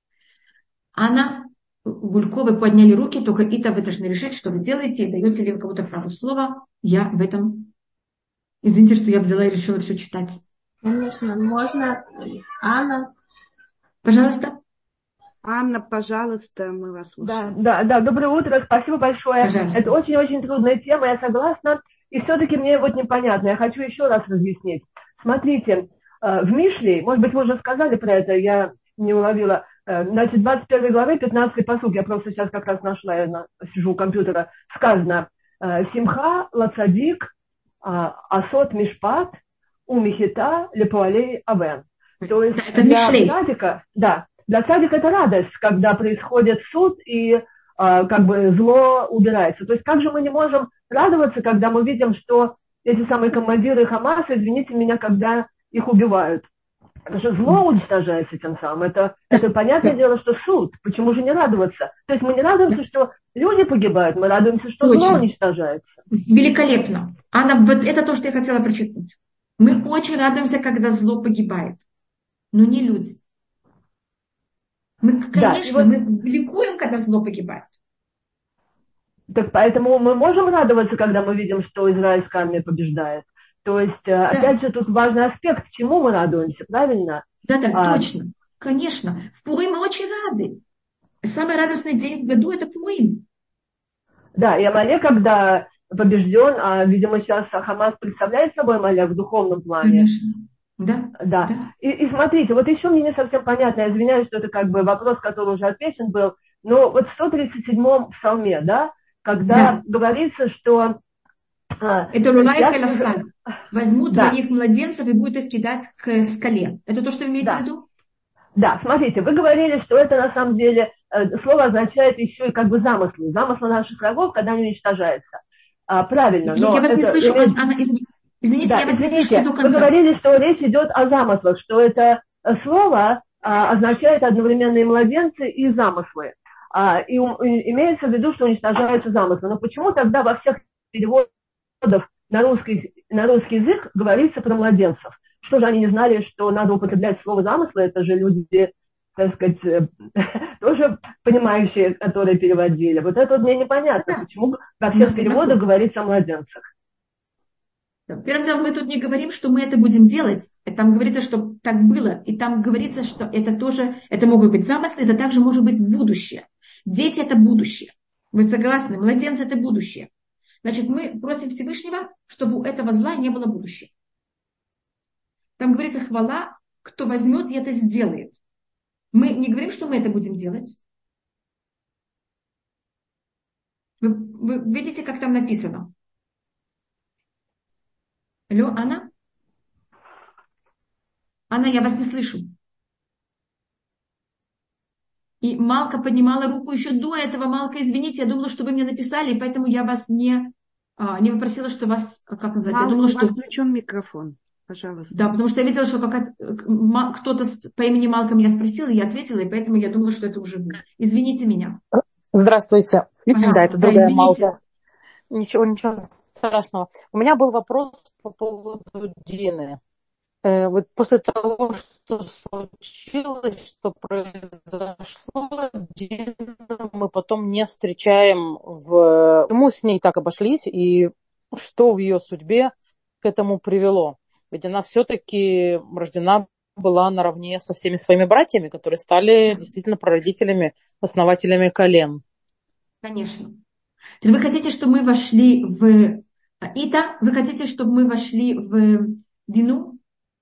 Анна, Гульковы подняли руки, только это вы должны решить, что вы делаете, и даете ли вы кому-то право слова. Я в этом... Извините, что я взяла и решила все читать. Конечно, можно. Анна. Пожалуйста. Анна, пожалуйста, мы вас слушаем. Да, доброе утро, спасибо большое. Пожалуйста. Это очень-очень трудная тема, я согласна. И все-таки мне вот непонятно, я хочу еще раз разъяснить. Смотрите, в Мишле, может быть, вы уже сказали про это, я не уловила, значит, 21 главы, 15 пасук, я просто сейчас как раз нашла, я сижу у компьютера, сказано, «Симха лацадик асот мишпат умихита лепуалей авен». То есть это для Мишлей. цадика, да, для цадика это радость, когда происходит суд и как бы зло убирается. То есть как же мы не можем радоваться, когда мы видим, что эти самые командиры Хамаса, извините меня, когда их убивают. Потому что зло уничтожается тем самым. Это понятное дело, что суд. Почему же не радоваться? То есть мы не радуемся, что люди погибают, мы радуемся, что зло уничтожается. Великолепно. Анна, вот это то, что я хотела прочитать. Мы очень радуемся, когда зло погибает. Но не люди. Мы, конечно, мы ликуем, когда зло погибает. Так поэтому мы можем радоваться, когда мы видим, что израильская армия побеждает. То есть, опять же, тут важный аспект, чему мы радуемся, правильно? Да, точно. Конечно. В Пурим мы очень рады. Самый радостный день в году – это Пурим. Да, и Амалек, когда побежден, видимо, сейчас Хамас представляет собой Амалек в духовном плане. Конечно. Да. И смотрите, вот еще мне не совсем понятно, я извиняюсь, что это как бы вопрос, который уже отвечен был, но вот в 137-м псалме, да, когда говорится, что... Это Рулай Халасаль. Возьмут твоих младенцев и будут их кидать к скале. Это то, что вы имеете в виду? Да, смотрите, вы говорили, что это на самом деле слово означает еще и как бы замыслы наших врагов, когда они уничтожаются. Правильно, но... Я вас не слышу, Анна, извините, я вас не слышу до конца. Вы говорили, что речь идет о замыслах, что это слово означает одновременно и младенцы, и замыслы. И имеется в виду, что уничтожаются замыслы. Но почему тогда во всех переводах на русский язык говорится про младенцев. Что же они не знали, что надо употреблять слово замысла? Это же люди, так сказать, тоже понимающие, которые переводили. Вот это вот мне непонятно, почему во всех переводах говорится о младенцах. Первым делом, мы тут не говорим, что мы это будем делать. Там говорится, что так было. И там говорится, что это тоже, это могут быть замыслы, это также может быть будущее. Дети – это будущее. Вы согласны? Младенцы – это будущее. Значит, мы просим Всевышнего, чтобы у этого зла не было будущего. Там говорится хвала, кто возьмет и это сделает. Мы не говорим, что мы это будем делать. Вы видите, как там написано? Алло, Анна? Анна, я вас не слышу. И Малка поднимала руку еще до этого. Малка, извините, я думала, что вы мне написали, и поэтому я вас не попросила, что вас, как называется, Малка, я думала, у что... вас включен микрофон, пожалуйста. Да, потому что я видела, что кто-то по имени Малка меня спросил, и я ответила, и поэтому я думала, что это уже вы. Извините меня. Здравствуйте. Пожалуйста. Да, это другая извините. Малка. Ничего страшного. У меня был вопрос по поводу Дины. Вот после того, что случилось, что произошло, Дину мы потом не встречаем Почему с ней так обошлись, и что в ее судьбе к этому привело? Ведь она все-таки рождена была наравне со всеми своими братьями, которые стали действительно прародителями, основателями колен. Конечно. Вы хотите, чтобы мы вошли в Ита? Вы хотите, чтобы мы вошли в Дину?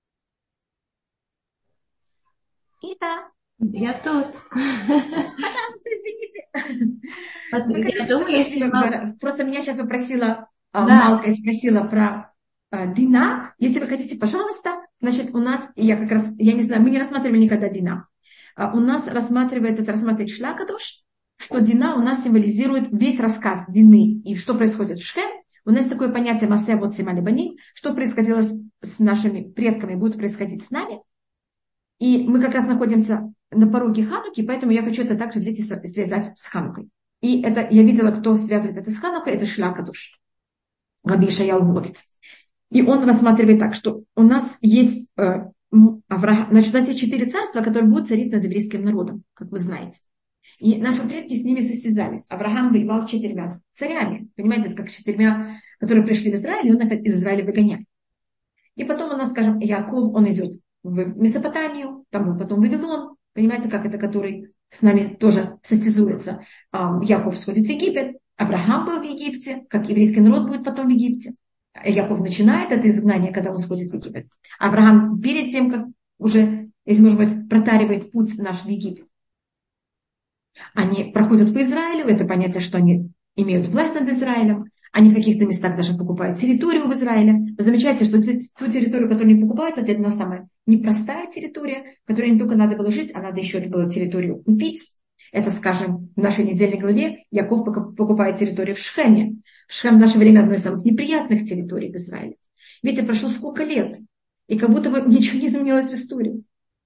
Ита? Я тут. Пожалуйста, извините. Я думаю, если Просто меня сейчас попросила Малка и спросила про Дина. Если вы хотите, пожалуйста, значит, у нас, я не знаю, мы не рассматривали никогда Дина. У нас рассматривает Шлакадош, что Дина у нас символизирует весь рассказ Дины и что происходит в Шхем. У нас такое понятие Масе вот Симали Баним, что происходило с нашими предками, будет происходить с нами. И мы как раз находимся на пороге Хануки, поэтому я хочу это также взять и связать с Ханукой. И это я видела, кто связывает это с Ханукой, это Шлакадош, Раби Ишаяу Левовиц. И он рассматривает так, что у нас есть Авраам, значит, у нас есть 4 царства, которые будут царить над еврейским народом, как вы знаете. И наши предки с ними состязались. Авраам воевал с 4 царями. Понимаете, это как с 4, которые пришли в Израиль, и он их из Израиля выгоняет. И потом у нас, скажем, Яков, он идет в Месопотамию, там потом в Вавилон. Понимаете, как это, который с нами тоже состязуется. Яков сходит в Египет, Авраам был в Египте, как еврейский народ будет потом в Египте. Яков начинает это изгнание, когда он сходит в Египет. Авраам перед тем, как уже, если можно быть, протаривает путь наш в Египет. Они проходят по Израилю, это понятие, что они имеют власть над Израилем. Они в каких-то местах даже покупают территорию в Израиле. Вы замечаете, что ту территорию, которую они покупают, это одна самая непростая территория, в которой не только надо было жить, а надо еще эту было территорию купить. Это, скажем, в нашей недельной главе Яков покупает территорию в Шхеме. Шхем в наше время одной из самых неприятных территорий в Израиле. Видите, прошло сколько лет, и как будто бы ничего не изменилось в истории.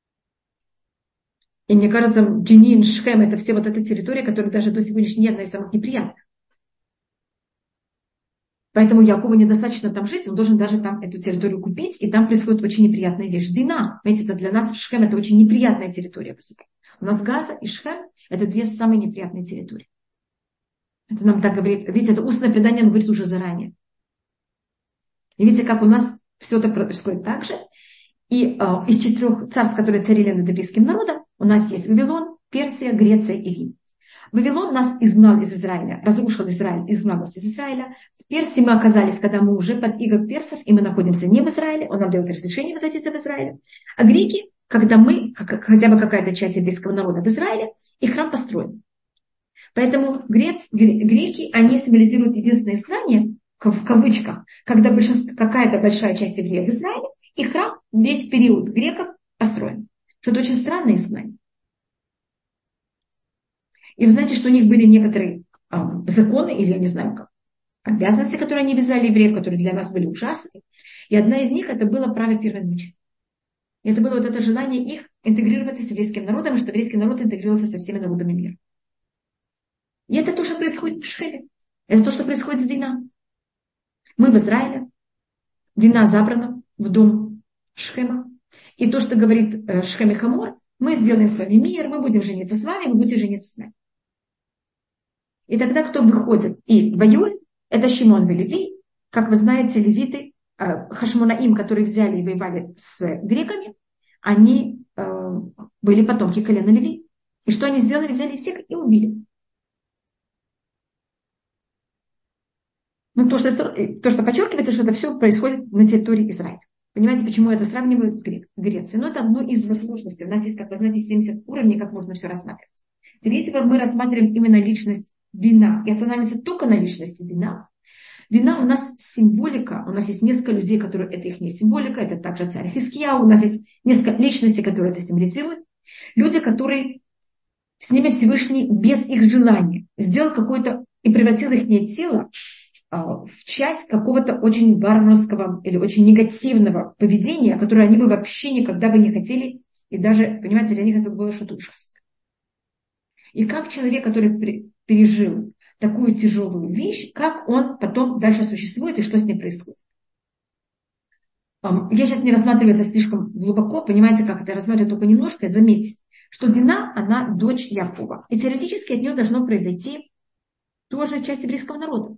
И мне кажется, Дженин, Шхем, это все вот эта территория, которая даже до сегодняшнего дня одна из самых неприятных. Поэтому Якову недостаточно там жить, он должен даже там эту территорию купить, и там происходит очень неприятная вещь. Дина, видите, это для нас Шхем, это очень неприятная территория. У нас Газа и Шхем – это 2 самые неприятные территории. Это нам так говорит, видите, это устное предание нам говорит уже заранее. И видите, как у нас все это происходит так же. И из 4 царств, которые царили над еврейским народом, у нас есть Вавилон, Персия, Греция и Рим. Вавилон нас изгнал из Израиля, разрушил Израиль, изгнал нас из Израиля. В Персии мы оказались, когда мы уже под игом персов, и мы находимся не в Израиле, он нам дает разрешение возвратиться в Израиль. А греки, когда мы, хотя бы какая-то часть еврейского народа в Израиле, и храм построен. Поэтому греки, они символизируют единственное изгнание, в кавычках, когда какая-то большая часть евреев в Израиле, и храм весь период греков построен. Что это очень странное изгнание. И вы знаете, что у них были некоторые законы, или я не знаю как, обязанности, которые они вязали евреев, которые для нас были ужасны. И одна из них это было право первой ночи. И это было вот это желание их интегрироваться с еврейским народом, и что еврейский народ интегрировался со всеми народами мира. И это то, что происходит в Шхеме. Это то, что происходит с Дина. Мы в Израиле, Дина забрана в дом Шхема. И то, что говорит Шхем и Хамор, мы сделаем с вами мир, мы будем жениться с вами, вы будете жениться с нами. И тогда кто выходит и воюет, это Шимон и Леви. Как вы знаете, левиты, Хашмонаим, которые взяли и воевали с греками, они были потомки колена Леви. И что они сделали? Взяли всех и убили. Ну, то, что подчеркивается, что это все происходит на территории Израиля. Понимаете, почему это сравнивают с Грецией? Но это одно из возможностей. У нас есть, как вы знаете, 70 уровней, как можно все рассматривать. Теперь, если мы рассматриваем именно личность Дина и останавливаемся только на личности Дина, Дина у нас символика, у нас есть несколько людей, которые это их не символика, это также царь Хиския, у нас есть несколько личностей, которые это символизируют. Люди, которые с ними Всевышний без их желания сделал какое-то и превратил их тело в часть какого-то очень варварского или очень негативного поведения, которое они бы вообще никогда бы не хотели, и даже, понимаете, для них это было что-то ужасное. И как человек, который пережил такую тяжелую вещь, как он потом дальше существует и что с ним происходит. Я сейчас не рассматриваю это слишком глубоко, понимаете, как это, я рассматриваю только немножко, и заметьте, что Дина, она дочь Якова. И теоретически от нее должно произойти тоже часть еврейского народа.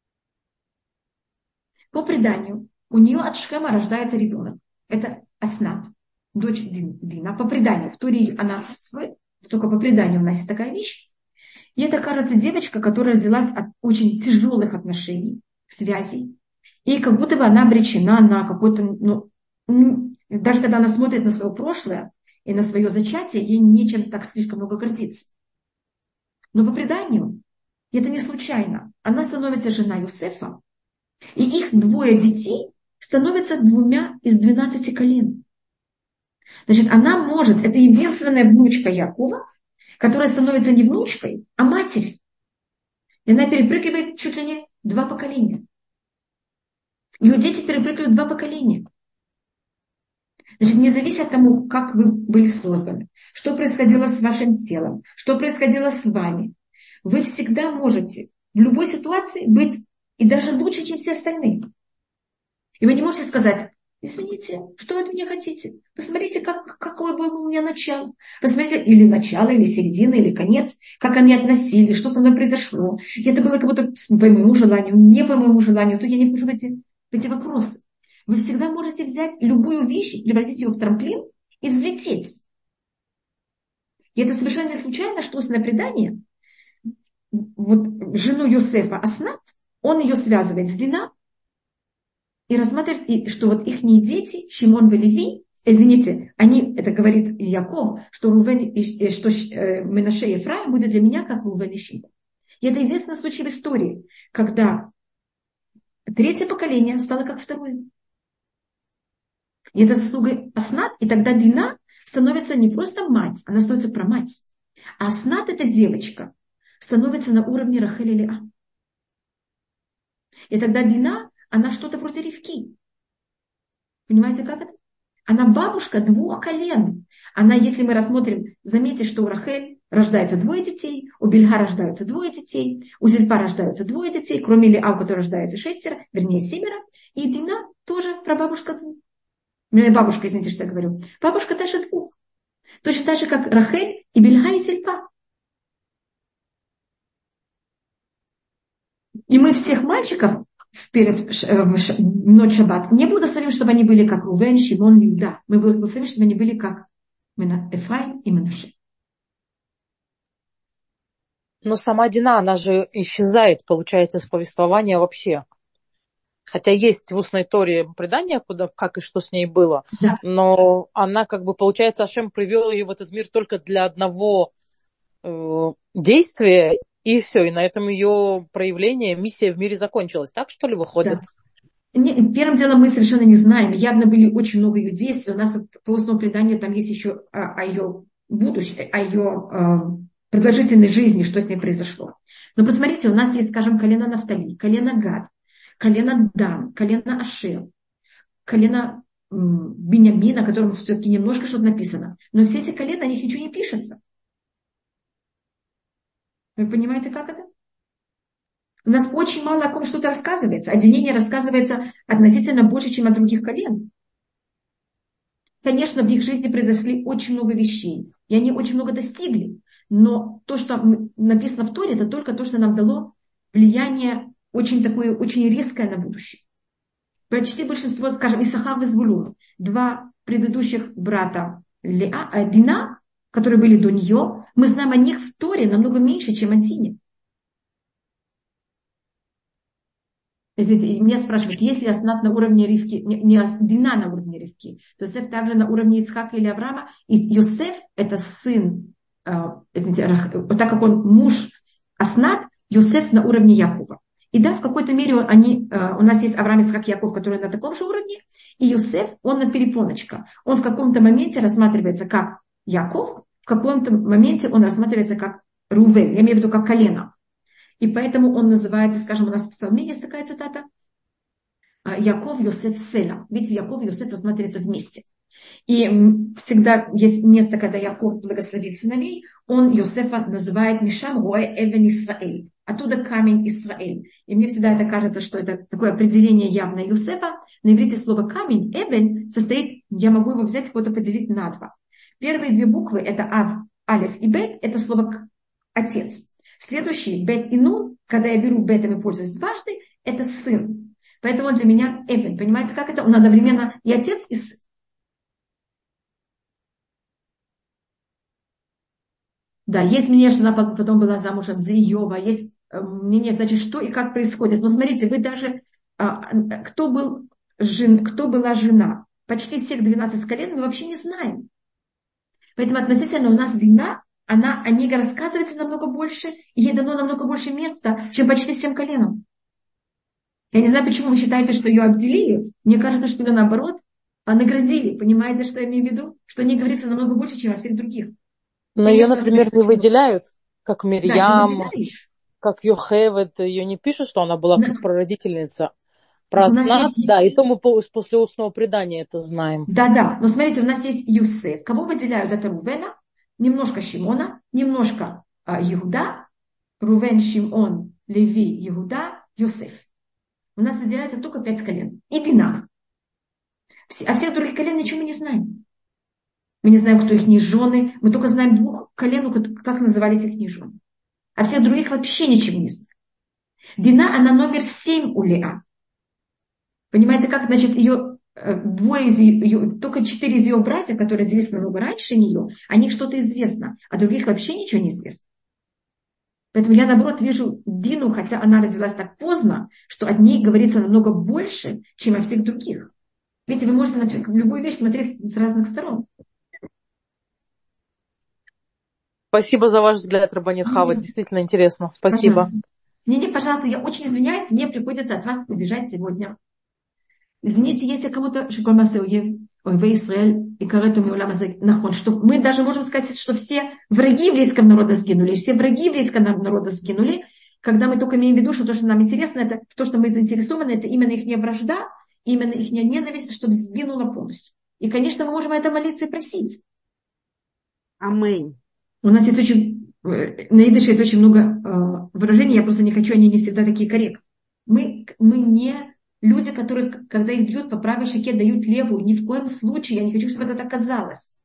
По преданию, у нее от Шхема рождается ребенок. Это Аснат, дочь Дина. По преданию, в Туре она только по преданию у нас есть такая вещь. И это, кажется, девочка, которая родилась от очень тяжелых отношений, связей. И как будто бы она обречена на какой-то, даже когда она смотрит на свое прошлое и на свое зачатие, ей нечем так слишком много гордиться. Но по преданию, и это не случайно, она становится жена Йосефа, и их 2 детей становятся 2 из 12 колен. Значит, она может, это единственная внучка Якова, которая становится не внучкой, а матерью. И она перепрыгивает чуть ли не 2 поколения. Ее дети перепрыгивают 2 поколения. Значит, не зависит от того, как вы были созданы, что происходило с вашим телом, что происходило с вами. Вы всегда можете в любой ситуации быть и даже лучше, чем все остальные. И вы не можете сказать: извините, что вы от меня хотите? Посмотрите, какое было у меня начало. Посмотрите, или начало, или середина, или конец, как они относились, что со мной произошло. И это было как будто по моему желанию, не по моему желанию. Тут я не вхожу в эти вопросы. Вы всегда можете взять любую вещь, превратить ее в трамплин и взлететь. И это совершенно не случайно, что на предание вот жену Йосефа Аснат, он ее связывает с Дина и рассматривает, что вот их дети, Шимон и Леви, извините, они, это говорит Яков, что Менаше и Ефраим будет для меня как Рувен и Шимон. И это единственный случай в истории, когда 3 поколение стало как 2. И это заслуга Аснат, и тогда Дина становится не просто мать, она становится прамать. А Аснат, эта девочка, становится на уровне Рахель и Леа. И тогда Дина, она что-то вроде Ривки. Понимаете, как это? Она бабушка 2 колен. Она, если мы рассмотрим, заметьте, что у Рахель рождается 2 детей, у Бильга рождаются 2 детей, у Зильпа рождаются 2 детей, кроме Леа, у которой рождается 6, вернее 7. И Дина тоже прабабушка 2. Бабушка, извините, что я говорю. Бабушка даже 2. Точно так же, как Рахель и Бильга и Зильпа. И мы всех мальчиков перед ночь шаббат не благословим, чтобы они были как Рувен, Шимон, Иуда. Мы благословим, чтобы они были как Эфраим и Менаше. Но сама Дина, она же исчезает, получается, из повествования вообще. Хотя есть в устной Торе предание, как и что с ней было. Да. Но она, получается, Ашем привел ее в этот мир только для одного действия. И все, и на этом ее проявление, миссия в мире закончилась. Так, что ли, выходит? Да. Первым делом мы совершенно не знаем. Явно были очень много ее действий. У нас по устному преданию там есть еще о ее будущем, о ее продолжительной жизни, что с ней произошло. Но посмотрите, у нас есть, скажем, колено Нафтали, колено Гад, колено Дан, колено Ашер, колено Биньямина, о котором все-таки немножко что-то написано. Но все эти колена, о них ничего не пишется. Вы понимаете, как это? У нас очень мало о ком что-то рассказывается. О делении рассказывается относительно больше, чем о других колен. Конечно, в их жизни произошли очень много вещей, и они очень много достигли. Но то, что написано в Торе, это только то, что нам дало влияние очень такое, очень резкое на будущее. Почти большинство, скажем, Исахар и Звулун, два предыдущих брата Дина, которые были до нее, мы знаем о них в Торе намного меньше, чем о Дине. Меня спрашивают, есть ли Аснат на уровне Ривки, не Дина на уровне Ривки, то Йосеф также на уровне Ицхака или Авраама, и Йосеф это сын, так как он муж Аснат, Йосеф на уровне Якова. И да, в какой-то мере у нас есть Авраам, Ицхак, Яков, которые на таком же уровне, и Йосеф, он на перепоночка. Он в каком-то моменте рассматривается как Яков, в каком-то моменте он рассматривается как Рувен, я имею в виду как колено. И поэтому он называется, скажем, у нас в Псалме есть такая цитата, Яков Йосеф Села. Видите, Яков и Йосеф рассматриваются вместе. И всегда есть место, когда Яков благословит сыновей, он Йосефа называет Мишам Роэ Эвен Исраэль. Оттуда камень Исраэль. И мне всегда это кажется, что это такое определение явное Йосефа. На иврите слово камень, Эвен, состоит, я могу его взять, кого-то поделить на два. Первые две буквы, это Ав, Алеф и Бет, это слово отец. Следующий, Бет и Нун, когда я беру Бетом и пользуюсь дважды, это сын. Поэтому он для меня Эвен. Понимаете, как это? Он одновременно и отец, и сын. Да, есть мнение, что она потом была замужем за Иова, есть мнение, значит, что и как происходит. Но смотрите, вы даже, кто была жена, почти всех 12 колен мы вообще не знаем. Поэтому относительно у нас Дина, о ней рассказывается намного больше, и ей дано намного больше места, чем почти всем коленам. Я не знаю, почему вы считаете, что ее обделили. Мне кажется, что ее наоборот наградили. Понимаете, что я имею в виду? Что о ней говорится намного больше, чем о всех других. Но ее, например, не выделяют, как Мирьям, да, как Йохевед. Ее не пишут, что она была как прародительница. Про Аснат, да, и то мы после устного предания это знаем. Да. Но смотрите, у нас есть Юсеф. Кого выделяют? Это Рувена, немножко Шимона, немножко Иуда, Рувен, Шимон, Леви, Иуда, Йосеф. У нас выделяется только 5 колен. И Дина. А всех других колен ничего мы не знаем. Мы не знаем, кто их жены. Мы только знаем 2 колен, как назывались их жены. А всех других вообще ничего не знаем. Дина, она номер 7 у Леа. Понимаете, как, значит, только 4 из ее братьев, которые родились намного раньше нее, о них что-то известно, а других вообще ничего не известно. Поэтому я, наоборот, вижу Дину, хотя она родилась так поздно, что о ней говорится намного больше, чем о всех других. Видите, вы можете на любую вещь смотреть с разных сторон. Спасибо за ваш взгляд, Рабанит Хава. Действительно интересно. Спасибо. Пожалуйста, я очень извиняюсь, мне приходится от вас убежать сегодня. Извините, если кому-то что мы даже можем сказать, что все враги еврейского народа сгинули, все враги еврейского народа сгинули, когда мы только имеем в виду, что то, что нам интересно, это то, что мы заинтересованы, это именно их вражда, именно их ненависть, чтобы сгинула полностью. И, конечно, мы можем это молиться и просить. Аминь. У нас есть на идыше есть очень много выражений, я просто не хочу, они не всегда такие корректные. Мы не люди, которые, когда их бьют по правой щеке, дают левую. Ни в коем случае. Я не хочу, чтобы это так казалось.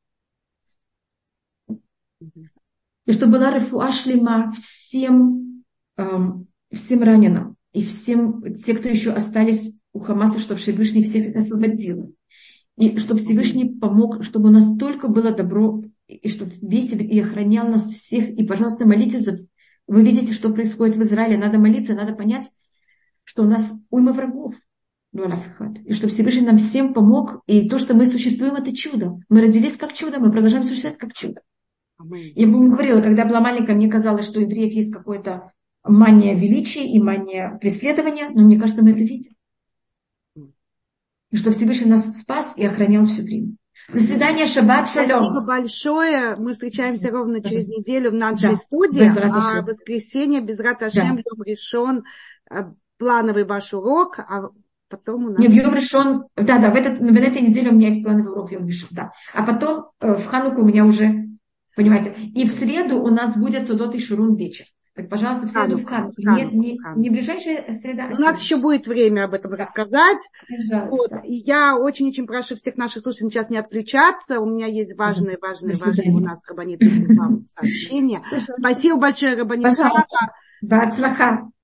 И чтобы была рефуа шлема всем раненым. И всем, те, кто еще остались у Хамаса, чтобы Всевышний всех их освободил. И чтобы Всевышний помог, чтобы у нас только было добро, и чтобы весь и охранял нас всех. И, пожалуйста, молитесь. Вы видите, что происходит в Израиле. Надо молиться, надо понять, что у нас уйма врагов. И чтобы Всевышний нам всем помог. И то, что мы существуем, это чудо. Мы родились как чудо, мы продолжаем существовать как чудо. Я вам говорила, когда была маленькая, мне казалось, что у евреев есть какая-то мания величия и мания преследования. Но мне кажется, мы это видим. И что Всевышний нас спас и охранял все время. До свидания, шаббат шалом. Спасибо большое. Мы встречаемся ровно через неделю в нашей студии. А в воскресенье, Безрат Ашем, Йом Ришон, плановый ваш урок, а потом у нас... Не, в Йом Ришон, в этой неделе у меня есть плановый урок Йом Ришон, да. А потом в Хануку у меня уже, понимаете, и в среду у нас будет Тодот и Шурун вечер. Так, пожалуйста, в среду в Хануку. Не ближайшая среда. У нас еще будет время об этом рассказать. Вот. Пожалуйста. И я очень-очень прошу всех наших слушателей сейчас не отключаться. У меня есть важные у нас Рабанит сообщения. Спасибо большое, Рабанит. Пожалуйста. Бацлаха.